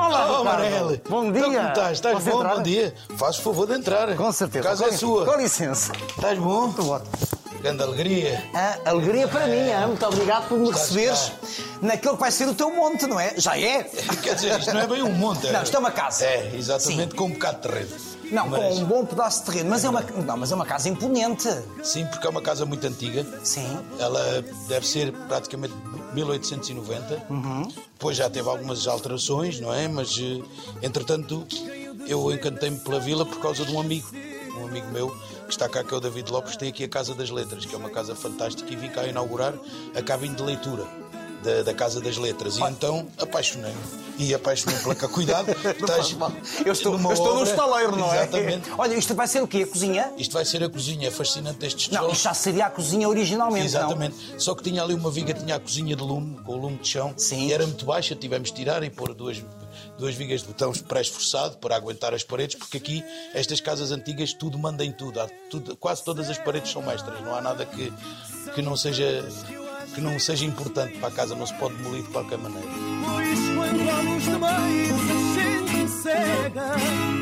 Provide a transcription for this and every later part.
Olá, Ricardo. Amarelo. Bom dia. Então, como estás? Estás Posso bom? entrar? Bom dia. Faz o favor de entrar. Com certeza. A casa é sua. Com licença. Estás bom? Muito bom. Grande alegria. Alegria para mim, muito obrigado por me Estás receberes cá. naquele que vai ser o teu monte, não é? Já é? Quer dizer, isto não é bem um monte. Não, isto é uma casa. É, exatamente, Sim. com um bocado de terreno. Não, Mas- com um bom pedaço de terreno, mas é uma casa imponente. Sim, porque é uma casa muito antiga. Sim. Ela deve ser praticamente 1890. Depois já teve algumas alterações, não é? Mas, entretanto, eu encantei-me pela vila por causa de um amigo meu, que está cá, que é o David Lopes, tem aqui a Casa das Letras, que é uma casa fantástica, e vim cá inaugurar a cabine de leitura da Casa das Letras. E então apaixonei-me. E apaixonei-me pela cá. Cuidado, estás Eu estou numa num obra. estaleiro, não é? Exatamente. Olha, isto vai ser o quê? A cozinha? Isto vai ser a cozinha, é fascinante destes Não, tijolos. isto já seria a cozinha originalmente, Exatamente. Só que tinha ali uma viga, tinha a cozinha de lume, com o lume de chão. Sim. E era muito baixa, tivemos de tirar e pôr duas vigas de botão pré-esforçado para aguentar as paredes, porque aqui, estas casas antigas, tudo manda em tudo. Quase todas as paredes são mestras. Não há nada que não seja importante para a casa. Não se pode demolir de qualquer maneira. Pois quando há luz demais a gente cega.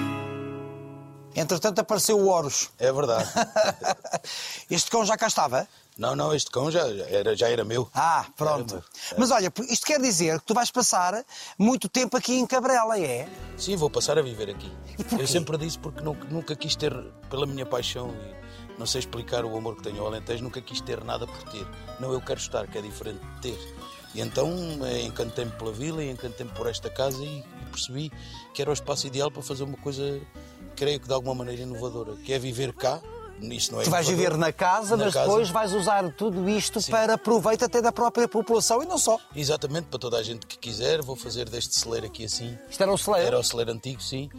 não? Entretanto apareceu o Horus. É verdade. Este cão já cá estava? Não, este cão já era meu. Ah, pronto. Era meu. Mas olha, isto quer dizer que tu vais passar muito tempo aqui em Cabrela, é? Sim, vou passar a viver aqui. E porquê? Eu sempre disse porque nunca quis ter, pela minha paixão, e não sei explicar o amor que tenho ao Alentejo, nunca quis ter nada por ter. Não, eu quero estar, que é diferente de ter. E então encantei-me pela vila e encantei-me por esta casa e percebi que era o espaço ideal para fazer uma coisa, creio que de alguma maneira inovadora, que é viver cá. Isto não é Tu vais inovador. viver na casa, mas depois vais usar tudo isto para proveito até da própria população e não só. Exatamente, para toda a gente que quiser, vou fazer deste celeiro aqui assim. Isto era o celeiro? Era o celeiro antigo, sim.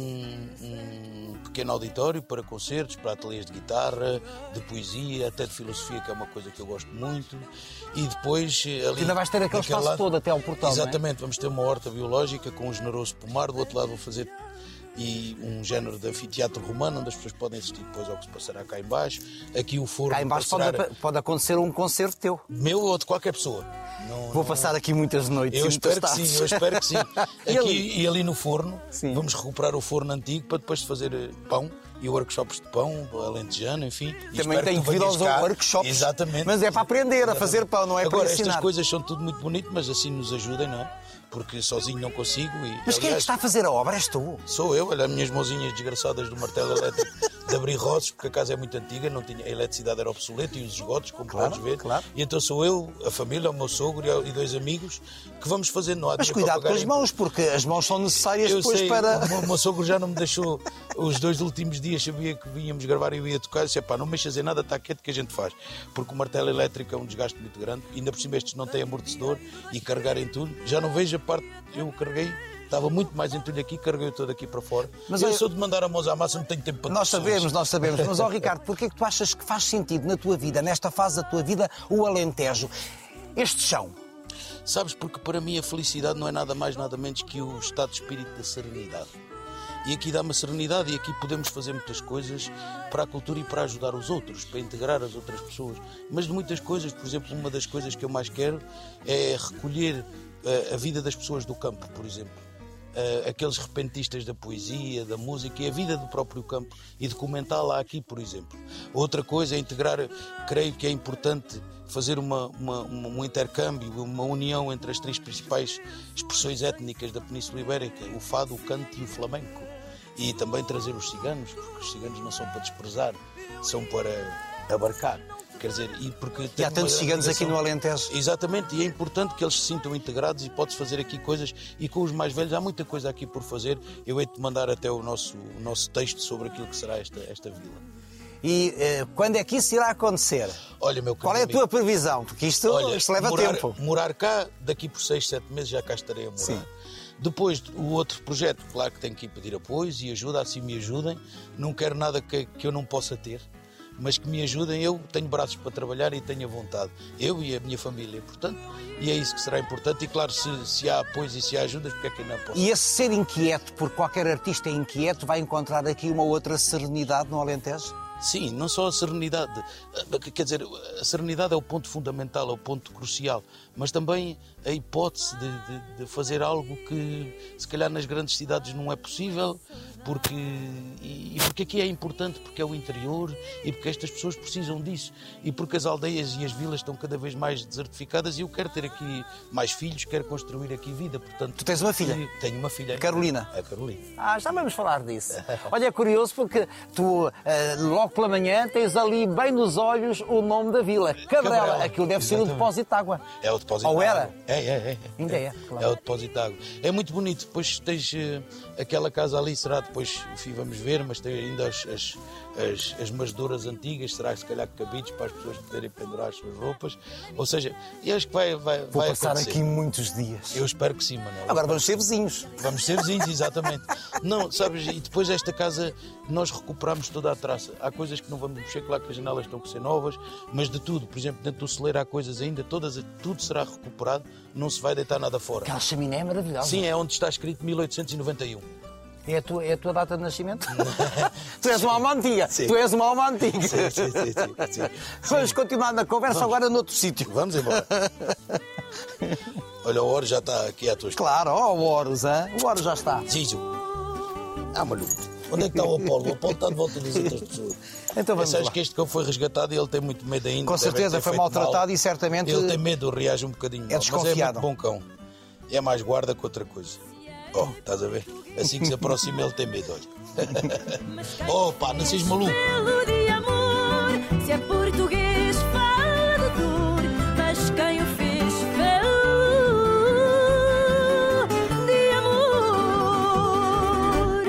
Um pequeno auditório para concertos, para ateliês de guitarra, de poesia, até de filosofia, que é uma coisa que eu gosto muito. E depois ali... Ainda vais ter aquele daquele espaço todo até ao portão, não é? Exatamente, vamos ter uma horta biológica com um generoso pomar. Do outro lado vou fazer um género de anfiteatro romano, onde as pessoas podem assistir depois ao que se passará cá em baixo. Aqui o forno... Cá em baixo passará... pode acontecer um concerto teu. Meu ou de qualquer pessoa. Vou passar aqui muitas noites Eu e muitas espero que tardes. sim, eu espero que sim. Aqui e ali no forno, Sim. vamos recuperar o forno antigo para depois fazer pão e workshops de pão, alentejano, enfim. E Também espero tenho que que vir tu aos venhas cá. workshops. Exatamente. Mas é para aprender a fazer pão, não é Agora, para ensinar. estas coisas são tudo muito bonito, mas assim nos ajudem, não é? Porque sozinho não consigo. Mas quem é que aliás, está a fazer a obra? És tu? Sou eu, olha, as minhas mãozinhas desgraçadas do martelo elétrico de abrir roços, porque a casa é muito antiga, não tinha, a eletricidade era obsoleta e os esgotos, como podes ver. Claro. E então sou eu, a família, o meu sogro e dois amigos que vamos fazendo. Não há Mas dinheiro para cuidado com pagar as mãos, porque as mãos são necessárias eu depois sei, para... o meu sogro já não me deixou. Os 2 últimos dias sabia que vínhamos gravar e eu ia tocar. Disse, pá, não mexas em nada, está quieto que a gente faz. Porque o martelo elétrico é um desgaste muito grande. Ainda por cima estes não têm amortecedor e carregar em tudo. Já não vejo a parte, eu carreguei, estava muito mais entulho aqui, carreguei todo aqui para fora. Mas eu olha- sou de mandar a mãos à massa, não tenho tempo para Nós discussões. sabemos. Mas, ó Ricardo, porquê é que tu achas que faz sentido na tua vida, nesta fase da tua vida, o Alentejo? Este chão. Sabes, porque para mim a felicidade não é nada mais, nada menos que o estado de espírito da serenidade. E aqui dá-me a serenidade e aqui podemos fazer muitas coisas para a cultura e para ajudar os outros, para integrar as outras pessoas. Mas de muitas coisas, por exemplo, uma das coisas que eu mais quero é recolher a vida das pessoas do campo, por exemplo. Aqueles repentistas da poesia, da música e a vida do próprio campo e documentá-la aqui, por exemplo. Outra coisa é integrar, creio que é importante fazer um intercâmbio, uma união entre as 3 principais expressões étnicas da Península Ibérica, o fado, o canto e o flamenco. E também trazer os ciganos, porque os ciganos não são para desprezar, são para abarcar. Quer dizer, E há tantos ciganos aqui no Alentejo. Exatamente, e é importante que eles se sintam integrados e pode-se fazer aqui coisas. E com os mais velhos há muita coisa aqui por fazer. Eu hei de mandar até o nosso texto sobre aquilo que será esta vila. E quando é que isso irá acontecer? Olha, meu Qual é a amigo, tua previsão? Porque isto leva tempo. Morar cá, daqui por 6, 7 meses já cá estarei a morar. Sim. Depois, o outro projeto, claro que tenho que ir pedir apoios e ajuda, assim me ajudem. Não quero nada que eu não possa ter, mas que me ajudem. Eu tenho braços para trabalhar e tenho a vontade. Eu e a minha família, portanto, e é isso que será importante. E claro, se há apoios e se há ajudas, porque é que eu não posso? E esse ser inquieto, porque qualquer artista é inquieto, vai encontrar aqui uma outra serenidade no Alentejo? Sim, não só a serenidade, quer dizer, a serenidade é o ponto fundamental, é o ponto crucial, mas também a hipótese de fazer algo que se calhar nas grandes cidades não é possível, porque aqui é importante, porque é o interior e porque estas pessoas precisam disso e porque as aldeias e as vilas estão cada vez mais desertificadas e eu quero ter aqui mais filhos, quero construir aqui vida, portanto... Tu tens uma filha? Tenho uma filha. Carolina. A Carolina. Já vamos falar disso. Olha, é curioso porque tu, logo pela manhã, tens ali bem nos olhos o nome da vila. Cabrela. Aquilo deve ser um depósito de água. É o depósito Ou de água. era? É. Ainda é, claro. É o depósito de água. É muito bonito. Depois tens aquela casa ali, será depois, enfim, vamos ver, mas tem ainda as manjedouras antigas, será se calhar cabides para as pessoas poderem pendurar as suas roupas. Ou seja, e acho que vai Vou passar acontecer. aqui muitos dias. Eu espero que sim, Manuel. Agora vamos ser vizinhos. Vamos ser vizinhos, exatamente. Não, sabes, e depois esta casa nós recuperamos toda a traça. Há coisas que não vamos mexer, claro que as janelas estão a ser novas, mas de tudo, por exemplo, dentro do celeiro há coisas ainda, tudo será recuperado, não se vai deitar nada fora. Aquela chaminé é maravilhosa. Sim, é onde está escrito 1891. É a tua data de nascimento? Tu és uma alma antiga. Sim. Tu és uma alma antiga. Sim. Vamos continuar na conversa agora noutro sítio. Vamos embora. Olha, o Oro já está aqui à tua espera. Claro, o Horus, hein? O Horus já está. Zizo. Maluco. Onde é que está o Apolo? O Apolo está de volta das outras pessoas. Então vamos Sabes lá. que este cão foi resgatado e ele tem muito medo ainda. Com certeza foi maltratado e certamente... Ele tem medo, reage um bocadinho mal. desconfiado. Mas é muito bom cão. É mais guarda que outra coisa. Estás a ver? Assim que se aproxima ele tem medo, olha. Pá, não sejas maluco. De amor, se é português fala de dor, mas quem o fez de amor.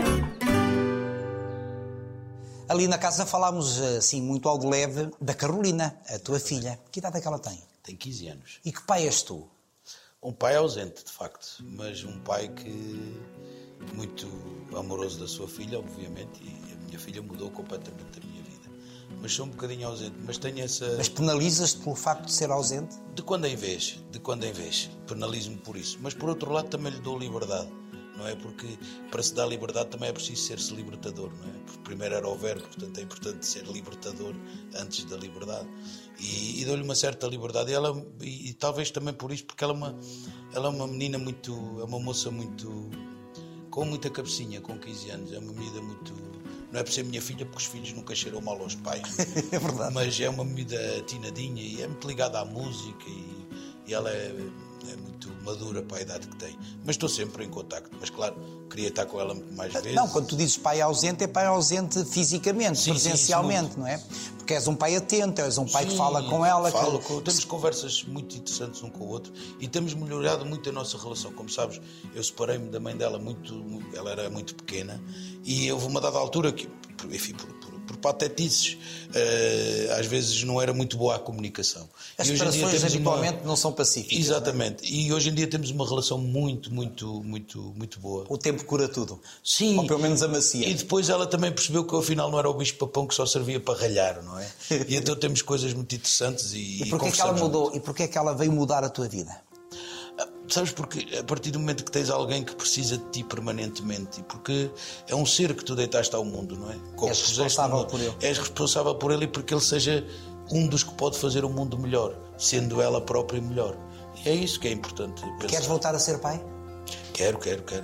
Ali na casa falámos assim muito ao de leve da Carolina, a tua filha. Que idade é que ela tem? Tem 15 anos. E que pai és tu? Um pai ausente, de facto, mas um pai que muito amoroso da sua filha, obviamente, e a minha filha mudou completamente a minha vida. Mas sou um bocadinho ausente, mas tenho essa... Mas penalizas-te pelo facto de ser ausente? De quando em vez, penalizo-me por isso. Mas por outro lado também lhe dou liberdade, não é? Porque para se dar liberdade também é preciso ser-se libertador, não é? Porque primeiro era o verbo, portanto é importante ser libertador antes da liberdade. E dou-lhe uma certa liberdade. E talvez também por isso, porque ela é uma menina muito... É uma moça muito... com muita cabecinha, com 15 anos. É uma menina muito... Não é por ser minha filha, porque os filhos nunca cheiram mal aos pais. É verdade. Mas é uma menina atinadinha e é muito ligada à música e ela é muito madura para a idade que tem. Mas estou sempre em contacto. Mas claro, queria estar com ela mais vezes. Não, quando tu dizes pai ausente, é pai ausente fisicamente, Sim, presencialmente, sim, não é? Porque és um pai atento, és um pai que fala com ela. Temos conversas muito interessantes um com o outro e temos melhorado muito a nossa relação. Como sabes, eu separei-me da mãe dela ela era muito pequena e houve uma dada altura que, enfim, por patetices, às vezes não era muito boa a comunicação. As e hoje em dia separações temos habitualmente não são pacíficas. Exatamente. Não é? E hoje em dia temos uma relação muito boa. O tempo cura tudo. Sim. Ou pelo menos amacia. E depois ela também percebeu que afinal não era o bicho-papão que só servia para ralhar, não é? E então temos coisas muito interessantes e porquê é que ela mudou? E porquê é que ela veio mudar a tua vida? Sabes, porque a partir do momento que tens alguém que precisa de ti permanentemente, e porque é um ser que tu deitaste ao mundo, não é? És responsável por ele. És responsável por ele e porque ele seja um dos que pode fazer o mundo melhor, sendo ela própria melhor. E é isso que é importante pensar. Queres voltar a ser pai? Quero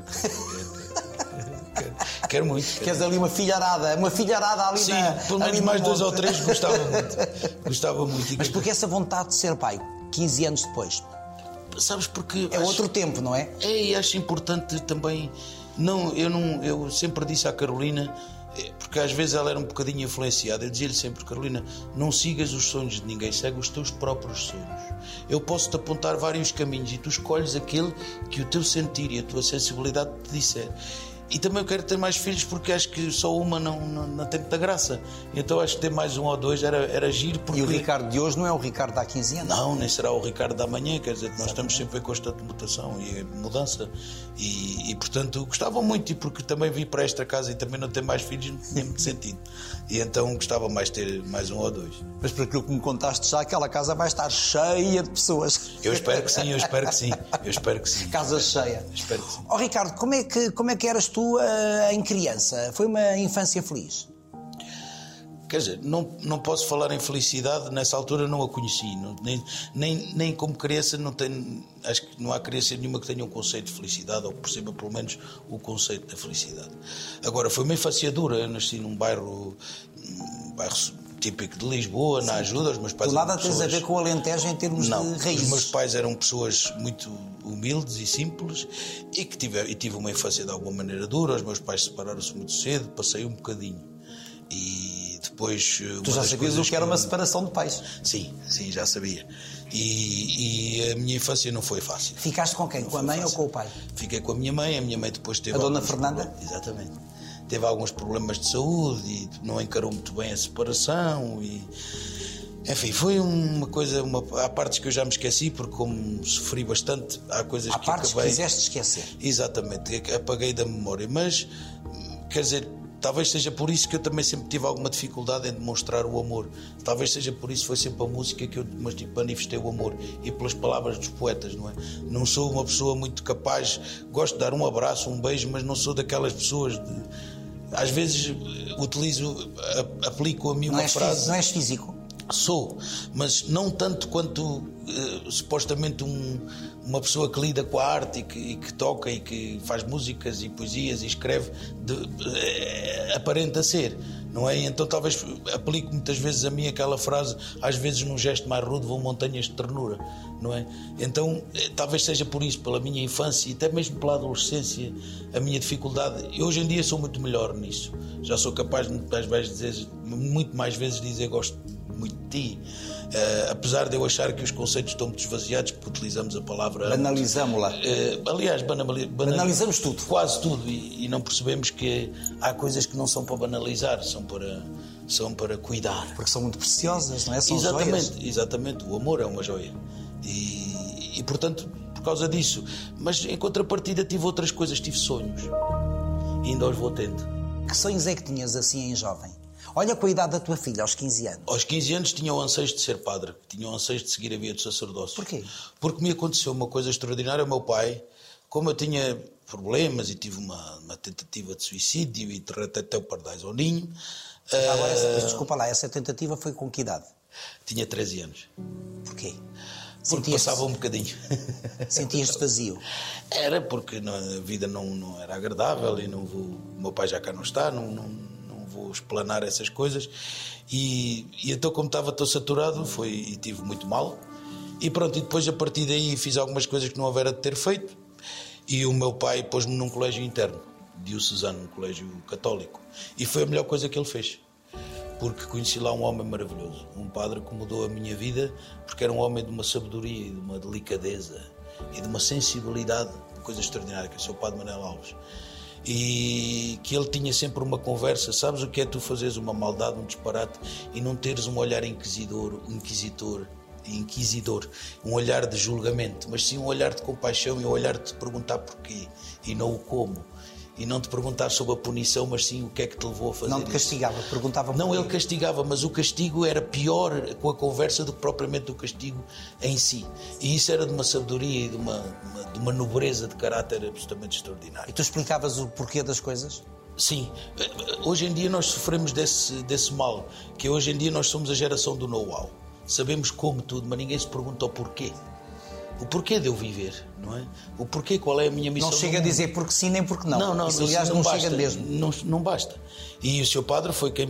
muito. Queres ali uma filharada ali. Sim, na... pelo menos mais 2 ou 3 gostava muito. Mas porquê essa vontade de ser pai, 15 anos depois? Sabes, porque... É outro tempo, não é? E acho importante também... Eu sempre disse à Carolina, porque às vezes ela era um bocadinho influenciada, eu dizia-lhe sempre: Carolina, não sigas os sonhos de ninguém, segue os teus próprios sonhos. Eu posso-te apontar vários caminhos e tu escolhes aquele que o teu sentir e a tua sensibilidade te disser. E também eu quero ter mais filhos porque acho que só uma não tem muita graça. Então acho que ter mais 1 ou 2 era giro. Porque... E o Ricardo de hoje não é o Ricardo de há 15 anos? Não, nem será o Ricardo da manhã. Quer dizer, nós estamos sempre em constante mutação e mudança. E portanto gostava muito, e porque também vim para esta casa e também não ter mais filhos não tinha muito sentido. E então gostava mais de ter mais 1 ou 2. Mas por aquilo que me contaste já, aquela casa vai estar cheia de pessoas. Eu espero que sim. Casa cheia. Espero que sim. Oh, Ricardo, como é que eras tu em criança? Foi uma infância feliz? Quer dizer, não posso falar em felicidade, nessa altura não a conheci, nem como criança, acho que não há criança nenhuma que tenha um conceito de felicidade, ou que perceba pelo menos o conceito da felicidade. Agora, foi uma infância dura, eu nasci num bairro típico de Lisboa, na Ajuda, os meus pais... Tu nada tens a ver com o Alentejo em termos de raízes? Os meus pais eram pessoas muito humildes e simples e tive uma infância de alguma maneira dura, os meus pais separaram-se muito cedo, passei um bocadinho. E depois... Tu já sabias o que era uma separação de pais? Sim, já sabia. E a minha infância não foi fácil. Ficaste com quem? Com a mãe ou com o pai? Fiquei com a minha mãe depois teve... A Dona Fernanda? Exatamente. Teve alguns problemas de saúde e não encarou muito bem a separação e... Enfim, foi uma coisa... Há partes que eu já me esqueci, porque como sofri bastante, há coisas que acabei... Há partes que quiseste esquecer. Exatamente, apaguei da memória, mas, quer dizer... Talvez seja por isso que eu também sempre tive alguma dificuldade em demonstrar o amor. Talvez seja por isso que foi sempre a música que eu manifestei o amor. E pelas palavras dos poetas, não é? Não sou uma pessoa muito capaz... Gosto de dar um abraço, um beijo, mas não sou daquelas pessoas... Às vezes aplico a mim uma frase... Não és físico? Sou, mas não tanto quanto supostamente uma pessoa que lida com a arte e que toca e que faz músicas e poesias e escreve aparenta ser, não é? Então talvez aplico muitas vezes a mim aquela frase, às vezes num gesto mais rude vão montanhas de ternura, não é? Então talvez seja por isso, pela minha infância e até mesmo pela adolescência, a minha dificuldade. Eu hoje em dia sou muito melhor nisso, já sou capaz de muito mais vezes dizer gosto muito de ti, apesar de eu achar que os conceitos estão muito esvaziados, porque utilizamos a palavra... Banalizamos-la. Aliás, banalizamos tudo. Quase tudo, e não percebemos que há coisas que não são para banalizar, são para cuidar. Porque são muito preciosas, não é? São exatamente, joias. Exatamente, o amor é uma joia. E portanto, por causa disso. Mas em contrapartida tive outras coisas, tive sonhos. E ainda os vou tendo. Que sonhos é que tinhas assim em jovem? Olha com a idade da tua filha, aos 15 anos. Aos 15 anos tinha o anseio de ser padre, tinha o anseio de seguir a via do sacerdócio. Porquê? Porque me aconteceu uma coisa extraordinária. O meu pai, como eu tinha problemas e tive uma tentativa de suicídio e até o pardais ao ninho... Agora, desculpa lá, essa tentativa foi com que idade? Tinha 13 anos. Porquê? Porque passava um bocadinho. Sentias-te vazio? Era porque a vida não era agradável e o meu pai já cá não está, não vou explanar essas coisas e então como estava tão saturado e tive muito mal e pronto, e depois a partir daí fiz algumas coisas que não houvera de ter feito e o meu pai pôs-me num colégio interno diocesano, um colégio católico, e foi a melhor coisa que ele fez, porque conheci lá um homem maravilhoso, um padre que mudou a minha vida, porque era um homem de uma sabedoria e de uma delicadeza e de uma sensibilidade, coisa extraordinária, que é o seu padre Manuel Alves. E que ele tinha sempre uma conversa. Sabes o que é tu fazeres uma maldade, um disparate e não teres um olhar inquisidor, um olhar de julgamento, mas sim um olhar de compaixão e um olhar de te perguntar porquê e não o como, e não te perguntar sobre a punição, mas sim o que é que te levou a fazer. Não te castigava, perguntava porquê. Não, ele castigava, mas o castigo era pior com a conversa do que propriamente o castigo em si, e isso era de uma sabedoria e de uma nobreza de caráter absolutamente extraordinária. E tu explicavas o porquê das coisas? Sim, hoje em dia nós sofremos desse mal, que hoje em dia nós somos a geração do know-how, sabemos como tudo, mas ninguém se pergunta o porquê. O porquê de eu viver, não é? O porquê, qual é a minha missão? Não chega a dizer porque sim nem porque não. Não, isso, aliás, não basta, chega mesmo. Não basta. E o seu padre foi quem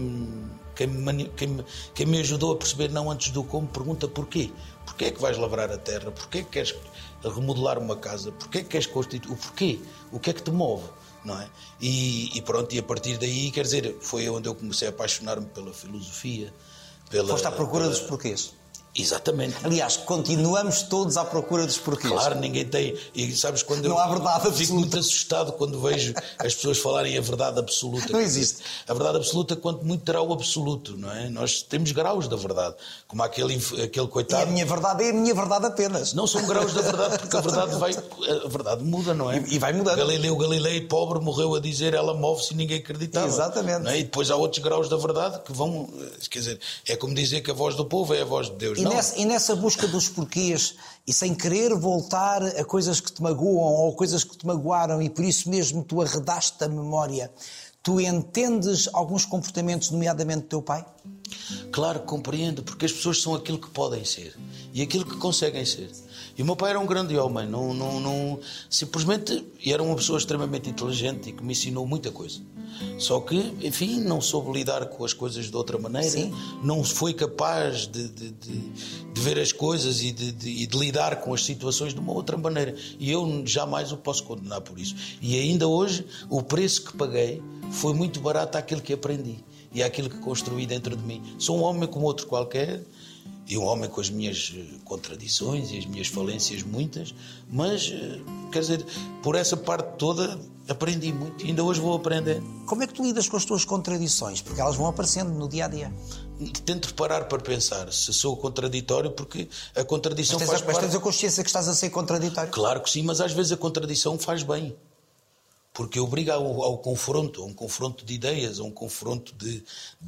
me ajudou a perceber, não antes do como, pergunta porquê. Porquê é que vais lavrar a terra? Porquê é que queres remodelar uma casa? Porquê é que queres constituir? O porquê? O que é que te move? Não é? E pronto, e a partir daí, quer dizer, foi onde eu comecei a apaixonar-me pela filosofia. Foste à procura dos porquês. Exatamente. Aliás, continuamos todos à procura dos porquês. Claro, ninguém tem. E sabes, quando não há verdade absoluta. Fico muito assustado quando vejo as pessoas falarem a verdade absoluta. Não existe. A verdade absoluta, quanto muito terá o absoluto, não é? Nós temos graus da verdade. Como aquele coitado. E a minha verdade é a minha verdade apenas. Não são graus da verdade, porque a verdade muda, não é? E vai mudando. Galilei, pobre, morreu a dizer ela move-se e ninguém acreditava. Exatamente. Não é? E depois há outros graus da verdade que vão. Quer dizer, é como dizer que a voz do povo é a voz de Deus. E nessa busca dos porquês, e sem querer voltar a coisas que te magoam ou coisas que te magoaram, e por isso mesmo tu arredaste a memória, Tu entendes alguns comportamentos, nomeadamente do teu pai? Claro que compreendo, porque as pessoas são aquilo que podem ser e aquilo que conseguem ser. E o meu pai era um grande homem, simplesmente era uma pessoa extremamente inteligente e que me ensinou muita coisa. Só que, enfim, não soube lidar com as coisas de outra maneira. Sim. Não foi capaz de ver as coisas e de lidar com as situações de uma outra maneira. E eu jamais o posso condenar por isso. E ainda hoje, o preço que paguei foi muito barato àquilo que aprendi e àquilo que construí dentro de mim. Sou um homem como outro qualquer, e um homem com as minhas contradições e as minhas falências muitas, mas, quer dizer, por essa parte toda aprendi muito e ainda hoje vou aprender. Como é que tu lidas com as tuas contradições? Porque elas vão aparecendo no dia-a-dia. Tento parar para pensar se sou contraditório, porque a contradição faz parte... Mas tens a consciência que estás a ser contraditório? Claro que sim, mas às vezes a contradição faz bem. Porque obriga ao confronto, a um confronto de ideias, a um confronto de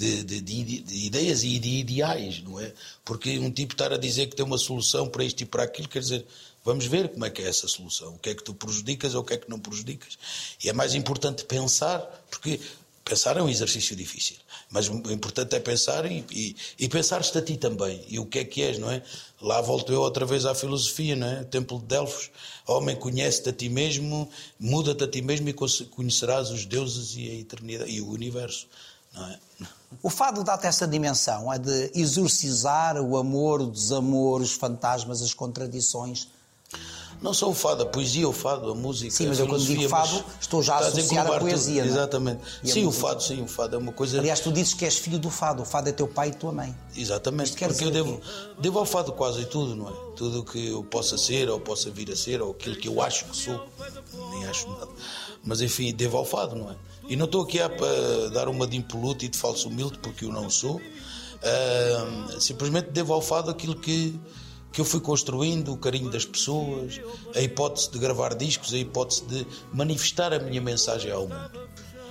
ideias e de ideais, não é? Porque um tipo estar a dizer que tem uma solução para isto e para aquilo, quer dizer, vamos ver como é que é essa solução, o que é que tu prejudicas ou o que é que não prejudicas. E é mais importante pensar, porque pensar é um exercício difícil, mas o importante é pensar e pensar-te a ti também, e o que és, não é? Lá volto eu outra vez à filosofia, não é? O Templo de Delfos, homem, conhece-te a ti mesmo, muda-te a ti mesmo e conhecerás os deuses e a eternidade e o universo, não é? O fado dá-te essa dimensão, a de exorcizar o amor, o desamor, os fantasmas, as contradições. Não só o fado, a poesia, o fado, a música. Sim, mas eu quando digo fado estou já a associar a poesia, não é? Exatamente. Sim, o fado é uma coisa... Aliás, tu dizes que és filho do fado, o fado é teu pai e tua mãe. Exatamente, porque eu devo ao fado quase tudo, não é? Tudo o que eu possa ser, ou possa vir a ser, ou aquilo que eu acho que sou, nem acho nada. Mas enfim, devo ao fado, não é? E não estou aqui a dar uma de impoluto e de falso humilde, porque eu não sou. Simplesmente devo ao fado aquilo que eu fui construindo, o carinho das pessoas, a hipótese de gravar discos, a hipótese de manifestar a minha mensagem ao mundo.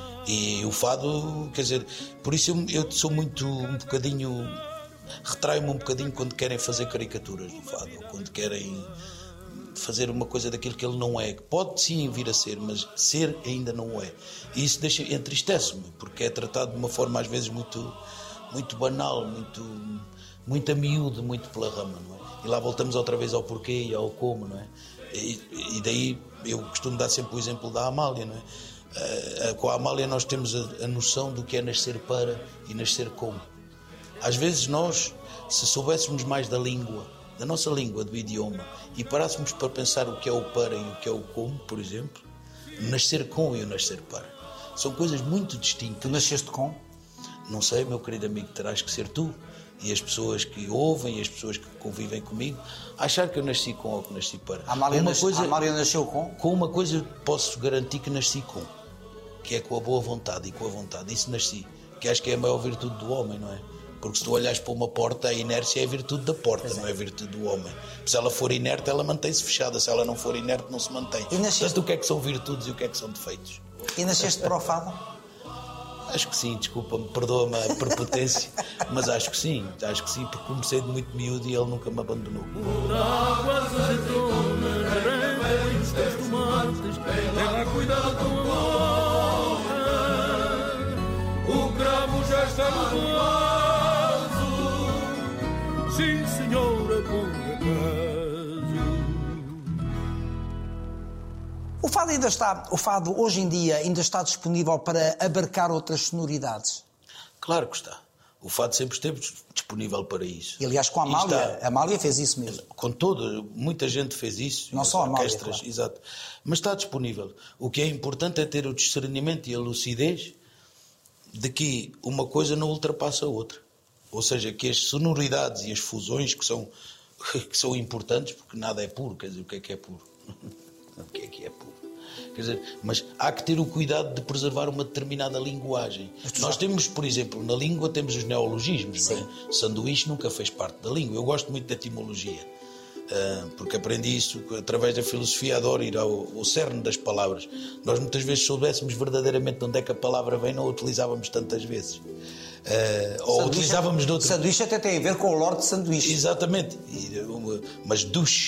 E o fado, quer dizer, por isso eu sou muito, um bocadinho, retraio-me um bocadinho quando querem fazer caricaturas do fado, ou quando querem fazer uma coisa daquilo que ele não é, que pode sim vir a ser, mas ser ainda não é. E isso entristece-me, porque é tratado de uma forma às vezes muito, muito banal, muito a miúdo, muito pela rama, não é? E lá voltamos outra vez ao porquê e ao como, não é? E daí eu costumo dar sempre o exemplo da Amália, não é? Com a Amália nós temos a noção do que é nascer para e nascer como. Às vezes nós, se soubéssemos mais da língua, da nossa língua, do idioma, e parássemos para pensar o que é o para e o que é o como, por exemplo, nascer com e o nascer para. São coisas muito distintas. Tu nasceste com? Não sei, meu querido amigo, terás que ser tu. E as pessoas que ouvem, e as pessoas que convivem comigo, achar que eu nasci com ou que nasci para. A Amália nasceu com? Com uma coisa posso garantir que nasci com, que é com a boa vontade e com a vontade. Isso nasci, que acho que é a maior virtude do homem, não é? Porque se tu olhares para uma porta, a inércia é a virtude da porta, não é a virtude do homem. Se ela for inerte, ela mantém-se fechada. Se ela não for inerte, não se mantém. Portanto, o que é que são virtudes e o que é que são defeitos? E nasceste para o fado? Acho que sim, desculpa-me, perdoa-me a prepotência, mas acho que sim, porque comecei de muito miúdo e ele nunca me abandonou. Por águas azeitonas, reis dos tomates, tenha cuidado com a honra, o cravo já está no vaso, sim senhora, por acaso. O fado hoje em dia ainda está disponível para abarcar outras sonoridades? Claro que está. O fado sempre esteve disponível para isso. E, aliás, com a Amália, a Amália fez isso mesmo. Com muita gente fez isso. Não só a Amália, claro. Exato. Mas está disponível. O que é importante é ter o discernimento e a lucidez de que uma coisa não ultrapassa a outra. Ou seja, que as sonoridades e as fusões que são importantes, porque nada é puro. Quer dizer, o que é puro? O que é puro? Quer dizer, mas há que ter o cuidado de preservar uma determinada linguagem. Nós temos, por exemplo, na língua temos os neologismos, não é? Sanduíche nunca fez parte da língua. Eu gosto muito da etimologia, porque aprendi isso através da filosofia, adoro ir ao cerne das palavras. Nós muitas vezes soubéssemos verdadeiramente de onde é que a palavra vem, não a utilizávamos tantas vezes. Ou utilizávamos de outra... Sanduíche até tem a ver com o Lorde Sanduíche. Exatamente, mas douche, quer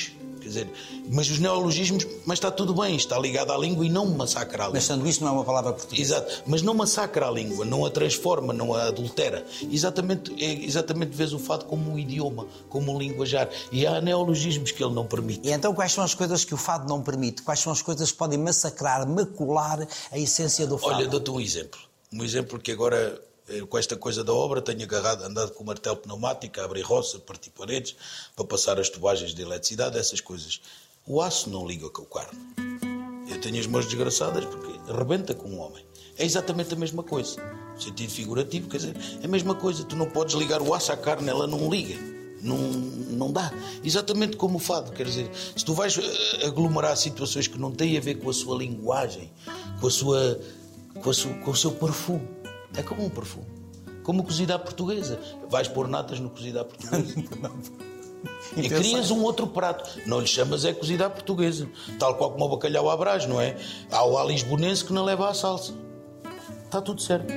dizer, mas os neologismos, mas está tudo bem, está ligado à língua e não massacra a língua. Mas sanduíche não é uma palavra portuguesa. Exato, mas não massacra a língua, não a transforma, não a adultera. Exatamente vês o fado como um idioma, como um linguajar. E há neologismos que ele não permite. E então quais são as coisas que o fado não permite? Quais são as coisas que podem massacrar, macular a essência do fado? Olha, dou-te um exemplo. Um exemplo que agora, com esta coisa da obra, tenho andado com o martelo pneumático, a abrir roça, a partir paredes, para passar as tubagens de eletricidade, essas coisas. O aço não liga com o carne. Eu tenho as mãos desgraçadas porque arrebenta com um homem. É exatamente a mesma coisa. No sentido figurativo, quer dizer, é a mesma coisa. Tu não podes ligar o aço à carne, ela não liga. Não dá. Exatamente como o fado, quer dizer, se tu vais aglomerar situações que não têm a ver com a sua linguagem, com o seu perfume, é como um perfume, como cozida à portuguesa. Vais pôr natas no cozido à portuguesa e crias um outro prato, não lhe chamas é cozida à portuguesa, tal qual como o bacalhau à Brás, não é? Há o à lisbonense que não leva a salsa. Está tudo certo.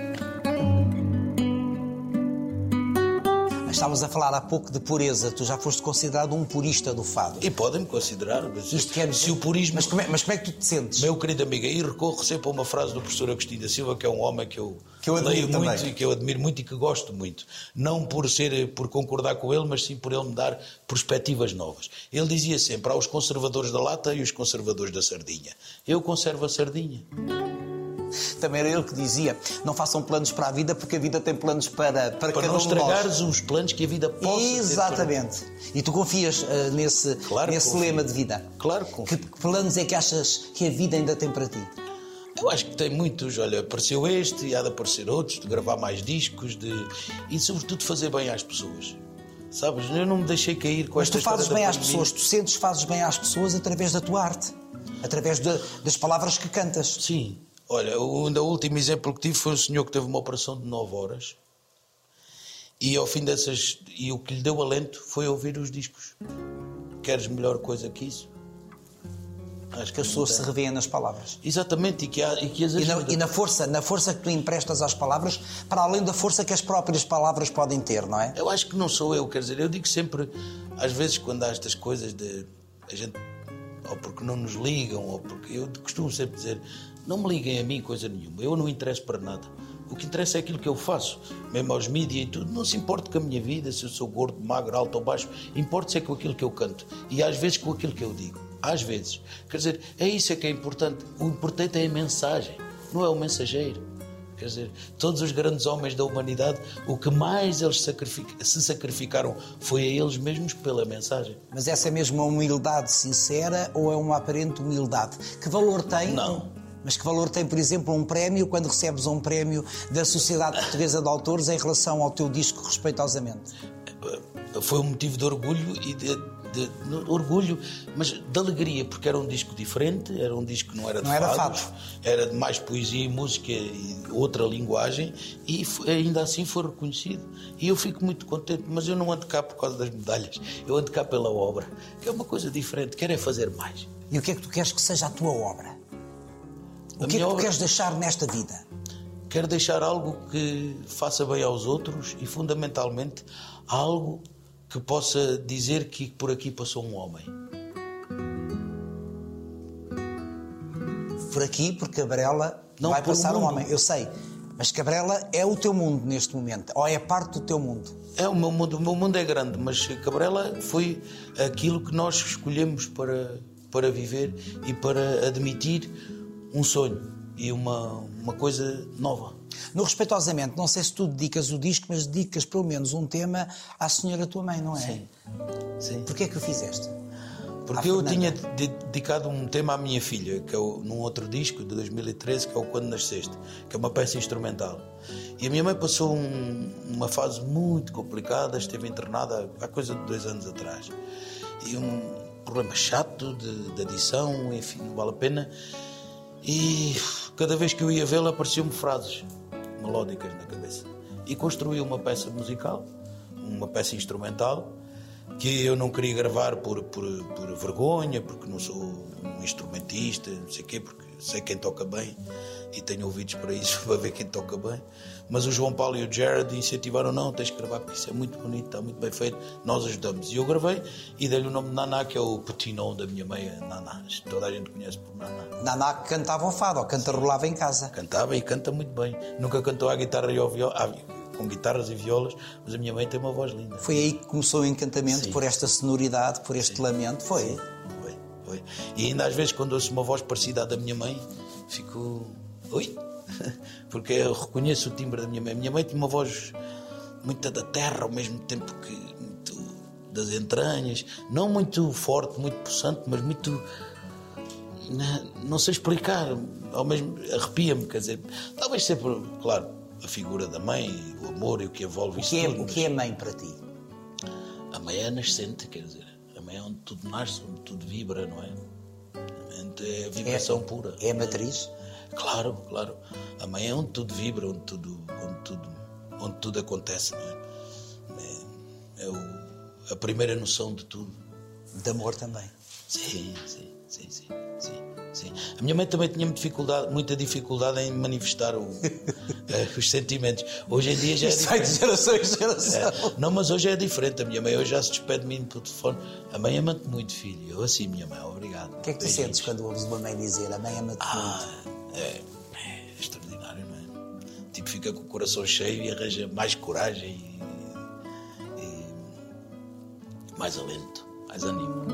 Estavas a falar há pouco de pureza. Tu já foste considerado um purista do fado. E podem-me considerar. Isto quer dizer... Se o purismo... Mas como é que tu te sentes? Meu querido amigo, aí recorro sempre a uma frase do professor Agostinho da Silva, que é um homem que eu admiro leio muito também. e que eu admiro muito e que gosto muito. Não por concordar com ele, mas sim por ele me dar perspectivas novas. Ele dizia sempre, há os conservadores da lata e os conservadores da sardinha. Eu conservo a sardinha. Também era ele que dizia, não façam planos para a vida, porque a vida tem planos para cada um de nós. Para não estragares os planos que a vida possa ter. Exatamente. E tu confias nesse lema de vida? Claro que confio. Que planos é que achas que a vida ainda tem para ti? Eu acho que tem muitos. Olha, apareceu este e há de aparecer outros, de gravar mais discos e sobretudo de fazer bem às pessoas. Sabes, eu não me deixei cair com esta história. Mas tu fazes bem às pessoas, tu sentes que fazes bem às pessoas através da tua arte, através das palavras que cantas. Sim. Olha, o último exemplo que tive foi um senhor que teve uma operação de 9 horas e ao fim dessas... E o que lhe deu alento foi ouvir os discos. Queres melhor coisa que isso? Acho que as pessoas se revêem nas palavras. Exatamente, e que as ajuda. E na força que tu emprestas às palavras, para além da força que as próprias palavras podem ter, não é? Eu acho que não sou eu, quer dizer, eu digo sempre, às vezes quando há estas coisas de... A gente, ou porque não nos ligam, ou porque... Eu costumo sempre dizer... Não me liguem a mim coisa nenhuma, eu não interesso para nada. O que interessa é aquilo que eu faço, mesmo aos mídias e tudo. Não se importa com a minha vida, se eu sou gordo, magro, alto ou baixo. Importa-se é com aquilo que eu canto e às vezes com aquilo que eu digo. Às vezes. Quer dizer, é isso que é importante. O importante é a mensagem, não é o mensageiro. Quer dizer, todos os grandes homens da humanidade, o que mais eles se sacrificaram foi a eles mesmos pela mensagem. Mas essa é mesmo uma humildade sincera ou é uma aparente humildade? Que valor tem? Não. Mas que valor tem, por exemplo, um prémio quando recebes um prémio da Sociedade Portuguesa de Autores em relação ao teu disco, respeitosamente? Foi um motivo de orgulho e de orgulho, mas de alegria, porque era um disco diferente, era um disco que não era de fados, era de mais poesia e música e outra linguagem e ainda assim foi reconhecido. E eu fico muito contente, mas eu não ando cá por causa das medalhas, eu ando cá pela obra, que é uma coisa diferente, quero é fazer mais. E o que é que tu queres que seja a tua obra? O que é que tu queres deixar nesta vida? Quero deixar algo que faça bem aos outros e, fundamentalmente, algo que possa dizer que por aqui passou um homem. Por aqui, porque Cabrela vai passar um homem, eu sei. Mas Cabrela é o teu mundo neste momento, ou é parte do teu mundo? É o meu mundo é grande, mas Cabrela foi aquilo que nós escolhemos para viver e para admitir um sonho e uma coisa nova. No Respeitosamente, não sei se tu dedicas o disco, mas dedicas pelo menos um tema à senhora tua mãe, não é? Sim. Sim. Porquê é que o fizeste? Porque eu tinha dedicado um tema à minha filha, que é num outro disco de 2013, que é o Quando Nasceste, que é uma peça instrumental. E a minha mãe passou uma fase muito complicada, esteve internada há coisa de 2 anos atrás. E um problema chato de adição, enfim, não vale a pena. E cada vez que eu ia vê-la apareciam-me frases melódicas na cabeça. E construí uma peça musical, uma peça instrumental, que eu não queria gravar por vergonha, porque não sou um instrumentista, não sei o quê, porque sei quem toca bem e tenho ouvidos para isso, para ver quem toca bem. Mas o João Paulo e o Jared incentivaram, não, tens que gravar porque isso é muito bonito, está muito bem feito, nós ajudamos. E eu gravei e dei-lhe o nome de Naná, que é o petit nom da minha mãe, Naná. Toda a gente conhece por Naná. Naná que cantava ao fado, ou cantarolava em casa. Cantava e canta muito bem. Nunca cantou à guitarra e ao violão, com guitarras e violas, mas a minha mãe tem uma voz linda. Foi aí que começou o encantamento, por esta sonoridade, por este lamento, foi? Foi. E ainda às vezes quando ouço uma voz parecida à da minha mãe, fico... Oi? Porque eu reconheço o timbre da minha mãe. A minha mãe tinha uma voz muito da terra, ao mesmo tempo que muito das entranhas. Não muito forte, muito possante, mas muito... Não sei explicar. Ao mesmo... Arrepia-me, quer dizer... Talvez sempre, claro, a figura da mãe, o amor e o que envolve isso tudo. O que é mãe para ti? A mãe é nascente, quer dizer. A mãe é onde tudo nasce, onde tudo vibra, não é? É a vibração pura. É a matriz? Claro. A mãe é onde tudo vibra, onde tudo acontece, não é? É a primeira noção de tudo. De amor também. Sim. A minha mãe também tinha muita dificuldade em manifestar os sentimentos. Hoje em dia já é diferente. Vai de geração em geração. Não, mas hoje é diferente. A minha mãe hoje já se despede de mim pelo telefone. A mãe ama-te muito, filho. Eu assim, minha mãe, obrigado. O que é que tu sentes quando ouves uma mãe dizer a mãe ama-te muito? É extraordinário, não é? Tipo, fica com o coração cheio e arranja mais coragem e mais alento, mais ânimo.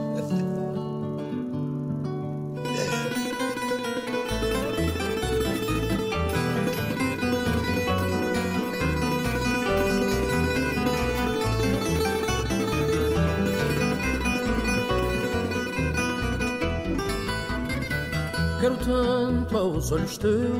Quero tanto aos olhos teus,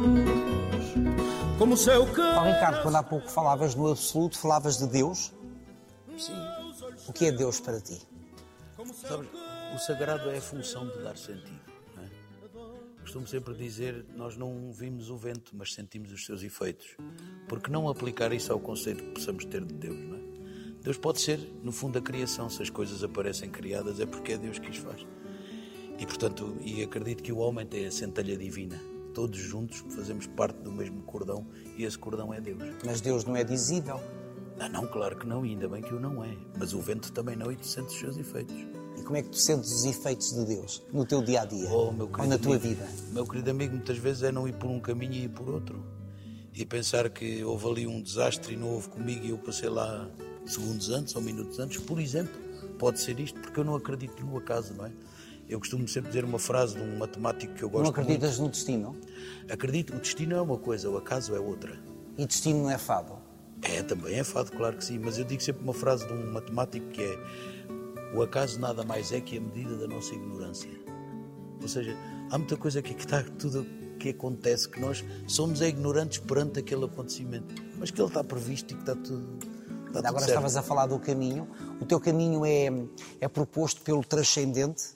como o céu que... Ricardo, quando há pouco falavas no absoluto, falavas de Deus. Sim. O que é Deus para ti? Sabes, o sagrado é a função de dar sentido, não é? Costumo sempre dizer, nós não vimos o vento, mas sentimos os seus efeitos. Por que não aplicar isso ao conceito que possamos ter de Deus, não é? Deus pode ser, no fundo, a criação. Se as coisas aparecem criadas é porque é Deus que as faz. E, portanto, acredito que o homem tem a centelha divina. Todos juntos fazemos parte do mesmo cordão e esse cordão é Deus. Mas Deus não é visível. Não, claro que não, e ainda bem que o não é. Mas o vento também não, e tu sentes os seus efeitos. E como é que tu sentes os efeitos de Deus no teu dia-a-dia? Ou na tua vida? Meu querido amigo, muitas vezes é não ir por um caminho e ir por outro. E pensar que houve ali um desastre e não houve comigo e eu passei lá segundos antes ou minutos antes, por exemplo. Pode ser isto, porque eu não acredito no acaso, não é? Eu costumo sempre dizer uma frase de um matemático que eu gosto muito. Não acreditas no destino? Acredito, o destino é uma coisa, o acaso é outra. E destino não é fado? Também é fado, claro que sim, mas eu digo sempre uma frase de um matemático que é: o acaso nada mais é que a medida da nossa ignorância. Ou seja, há muita coisa que está, tudo que acontece, que nós somos ignorantes perante aquele acontecimento, mas que ele está previsto e que está tudo... Agora estavas a falar do caminho. O teu caminho é proposto pelo transcendente?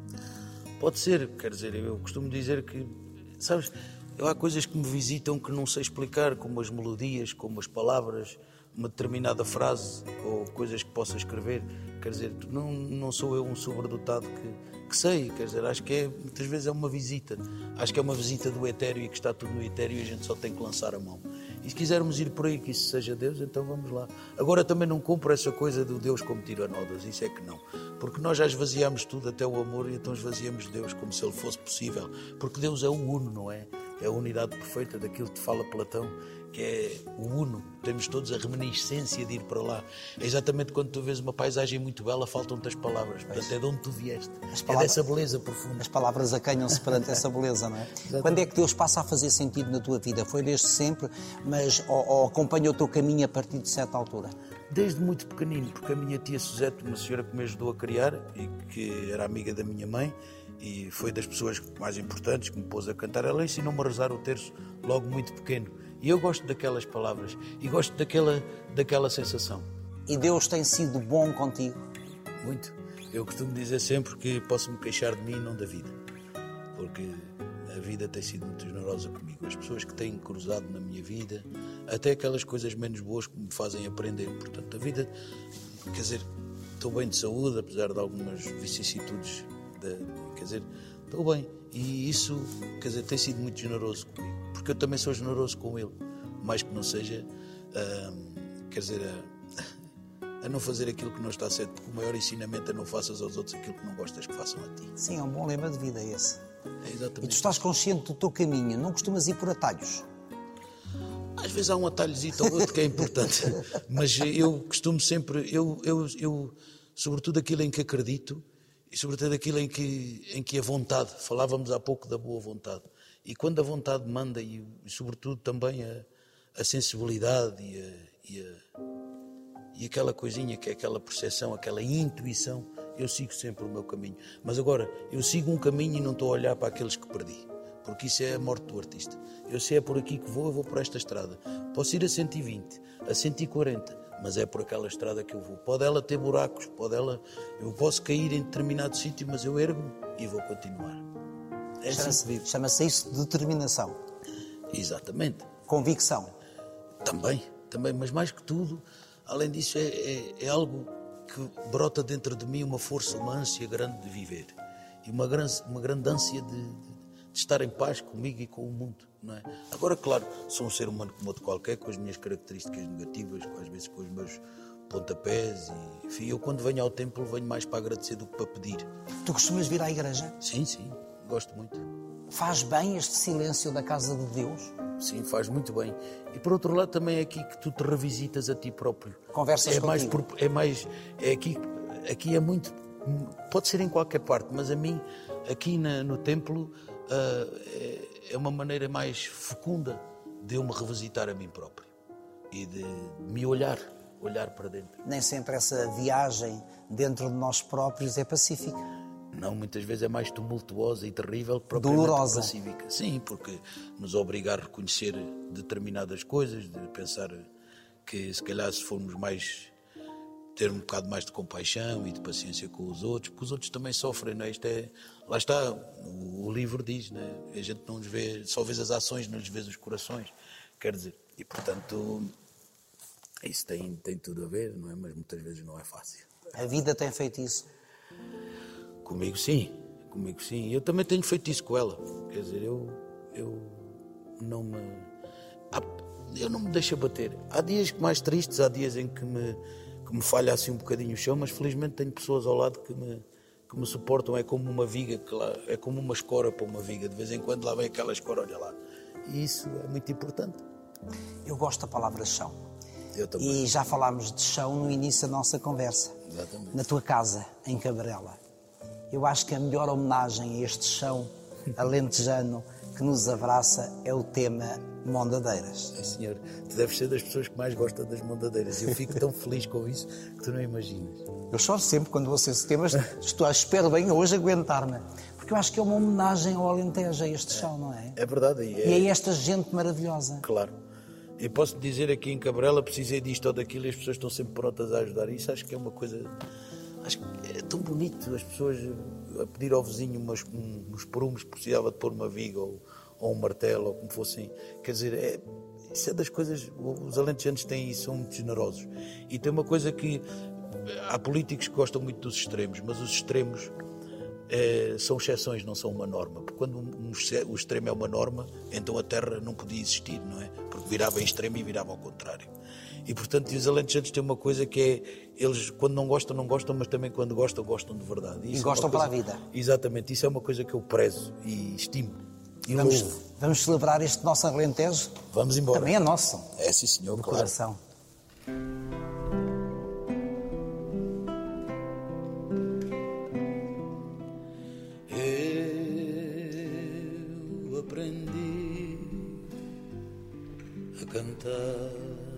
Pode ser, quer dizer, eu costumo dizer que, sabes, há coisas que me visitam que não sei explicar, como as melodias, como as palavras, uma determinada frase ou coisas que possa escrever. Quer dizer, não sou eu um sobredotado que sei, quer dizer, acho que muitas vezes é uma visita. Acho que é uma visita do etéreo e que está tudo no etéreo e a gente só tem que lançar a mão. E se quisermos ir por aí que isso seja Deus, então vamos lá. Agora também não compro essa coisa do Deus como tiranodas, isso é que não. Porque nós já esvaziamos tudo, até o amor, e então esvaziamos Deus como se ele fosse possível. Porque Deus é o uno, não é? É a unidade perfeita daquilo que fala Platão, que é o uno. Temos todos a reminiscência de ir para lá. É exatamente quando tu vês uma paisagem muito bela, faltam-te as palavras. Portanto, é de onde tu vieste. É dessa beleza profunda. As palavras acanham-se perante essa beleza, não é? Exatamente. Quando é que Deus passa a fazer sentido na tua vida? Foi desde sempre, mas ou acompanha o teu caminho a partir de certa altura? Desde muito pequenino, porque a minha tia Suzete, uma senhora que me ajudou a criar e que era amiga da minha mãe, e foi das pessoas mais importantes que me pôs a cantar, ela ensinou-me a rezar o terço logo muito pequeno. E eu gosto daquelas palavras e gosto daquela sensação. E Deus tem sido bom contigo? Muito. Eu costumo dizer sempre que posso me queixar de mim e não da vida. Porque a vida tem sido muito generosa comigo. As pessoas que têm cruzado na minha vida, até aquelas coisas menos boas que me fazem aprender. Portanto, a vida, quer dizer, estou bem de saúde, apesar de algumas vicissitudes quer dizer, estou bem. E isso, quer dizer, tem sido muito generoso comigo, porque eu também sou generoso com ele, mais que não seja, quer dizer, a não fazer aquilo que não está certo, porque o maior ensinamento é não faças aos outros aquilo que não gostas que façam a ti. Sim, é um bom lema de vida esse. É exatamente. E tu estás consciente do teu caminho, não costumas ir por atalhos? Às vezes há um atalhozito ou outro que é importante, mas eu costumo sempre, eu sobretudo aquilo em que acredito e sobretudo aquilo em que a vontade, falávamos há pouco da boa vontade, e quando a vontade manda e sobretudo também a sensibilidade e aquela coisinha que é aquela percepção, aquela intuição, eu sigo sempre o meu caminho. Mas agora, eu sigo um caminho e não estou a olhar para aqueles que perdi, porque isso é a morte do artista. Eu sei é por aqui que eu vou por esta estrada. Posso ir a 120, a 140, mas é por aquela estrada que eu vou. Pode ela ter buracos, eu posso cair em determinado sítio, mas eu ergo-me e vou continuar. É assim que vivo. Chama-se isso determinação. Exatamente. Convicção. Também, mas mais que tudo, além disso, é algo que brota dentro de mim, uma força, uma ânsia grande de viver. E uma grande ânsia de estar em paz comigo e com o mundo, não é? Agora, claro, sou um ser humano como outro qualquer, com as minhas características negativas, às vezes com os meus pontapés. E, enfim, eu quando venho ao templo venho mais para agradecer do que para pedir. Tu costumas vir à igreja? Sim, gosto muito. Faz bem este silêncio da casa de Deus? Sim, faz muito bem. E por outro lado também é aqui que tu te revisitas a ti próprio. Conversas contigo. Aqui é muito, pode ser em qualquer parte, mas a mim, aqui no templo, é uma maneira mais fecunda de eu me revisitar a mim próprio e de me olhar para dentro. Nem sempre essa viagem dentro de nós próprios é pacífica. Não, muitas vezes é mais tumultuosa e terrível que propriamente dolorosa. pacífica. Sim, porque nos obriga a reconhecer determinadas coisas, de pensar que se calhar se formos ter um bocado mais de compaixão e de paciência com os outros, porque os outros também sofrem, não é? Lá está, o livro diz, não é? A gente não os vê, só vê as ações, não lhes vê os corações, quer dizer, e portanto isso tem tudo a ver, não é? Mas muitas vezes não é fácil. A vida tem feito isso? Comigo sim. Eu também tenho feito isso com ela, quer dizer, eu não me deixo abater. Há dias mais tristes, há dias em que me falha assim um bocadinho o chão, mas felizmente tenho pessoas ao lado que me suportam. É como uma viga, é como uma escora para uma viga. De vez em quando lá vem aquela escora, olha lá. E isso é muito importante. Eu gosto da palavra chão. Eu também. E já falámos de chão no início da nossa conversa. Exatamente. Na tua casa, em Cabrela. Eu acho que a melhor homenagem a este chão alentejano que nos abraça é o tema Mondadeiras. Sim, senhor. Tu deves ser das pessoas que mais gostam das mondadeiras. Eu fico tão feliz com isso que tu não imaginas. Eu choro sempre quando ouço esse tema. Espero bem hoje aguentar-me. Porque eu acho que é uma homenagem ao Alentejo, a este chão, não é? É verdade. E a esta gente maravilhosa. Claro. Eu posso dizer aqui em Cabrela, precisei disto ou daquilo e as pessoas estão sempre prontas a ajudar. Isso acho que é uma coisa... Acho que é tão bonito as pessoas a pedir ao vizinho uns porumos que precisava de pôr uma viga ou um martelo ou como fossem. Quer dizer, isso é das coisas... Os alentejanos têm isso, são muito generosos. E tem uma coisa que... Há políticos que gostam muito dos extremos, mas os extremos são exceções, não são uma norma. Porque quando o extremo é uma norma, então a terra não podia existir, não é? Porque virava em extremo e virava ao contrário. E, portanto, os alentejanos têm uma coisa que é... Eles, quando não gostam, mas também quando gostam, gostam de verdade. E gostam para a vida. Exatamente. Isso é uma coisa que eu prezo e estimo. E vamos celebrar este nosso Alentejo? Vamos embora. Também é nosso. É, sim, senhor, do claro. Coração. Eu aprendi a cantar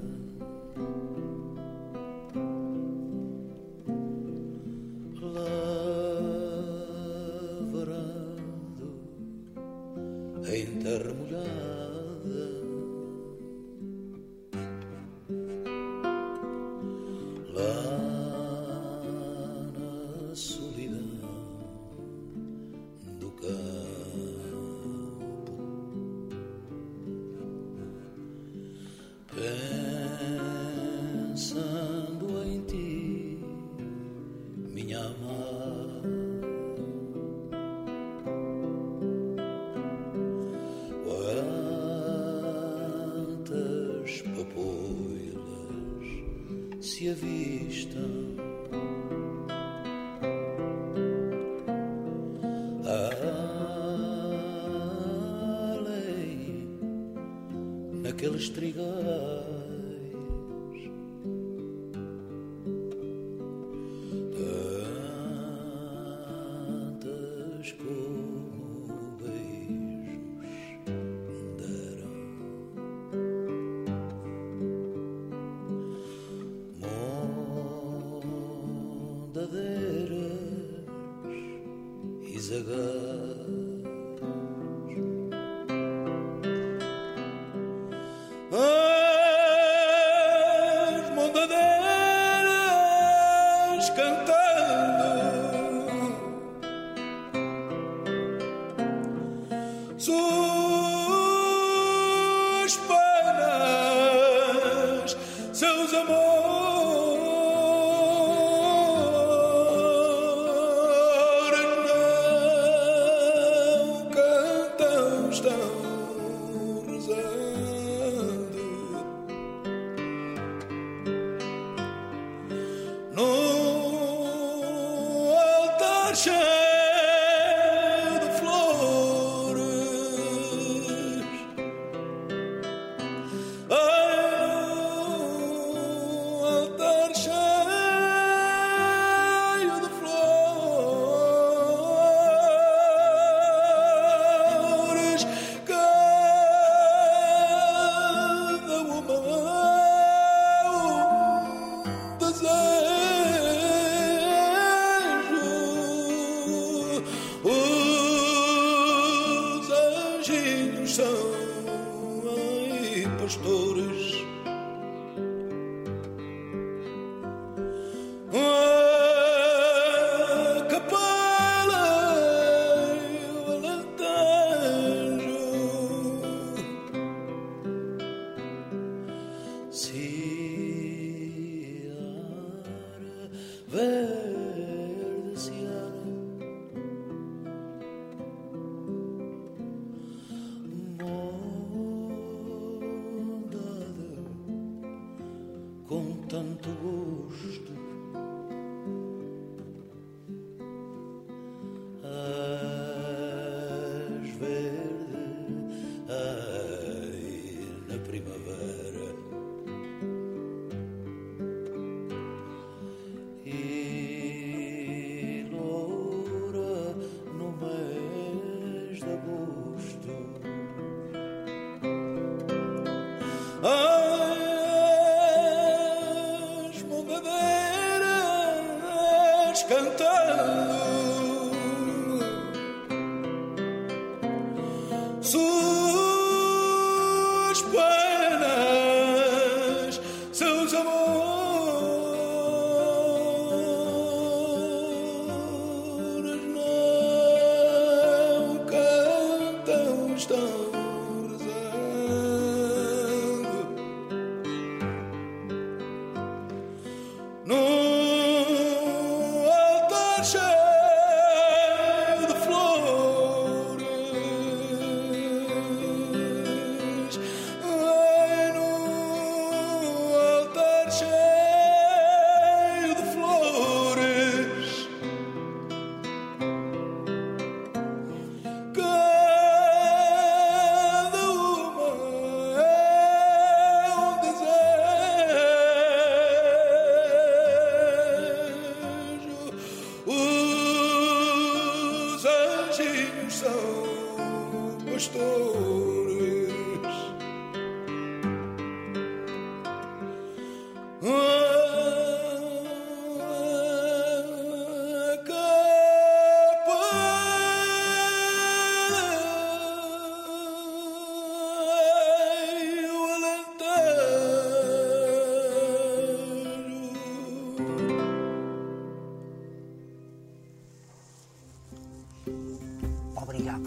em terra molhada, lá na solidão do campo, pensando em ti, minha amada. se avistam. Além naqueles trigais, tantas como beijos deram. Mondadeiras e zagás, as mondadeiras cantando suas penas, seus amores. Tanto gosto, as verdes, ai, na primavera, e loura no mês de agosto. Cantando suas penas, seus amores, não cantam, estão rezando. Cheio de flores, ai, no altar cheio de flores, cada uma é um desejo. Os anjinhos são pastores. A capoeira e o alentejo. Obrigado.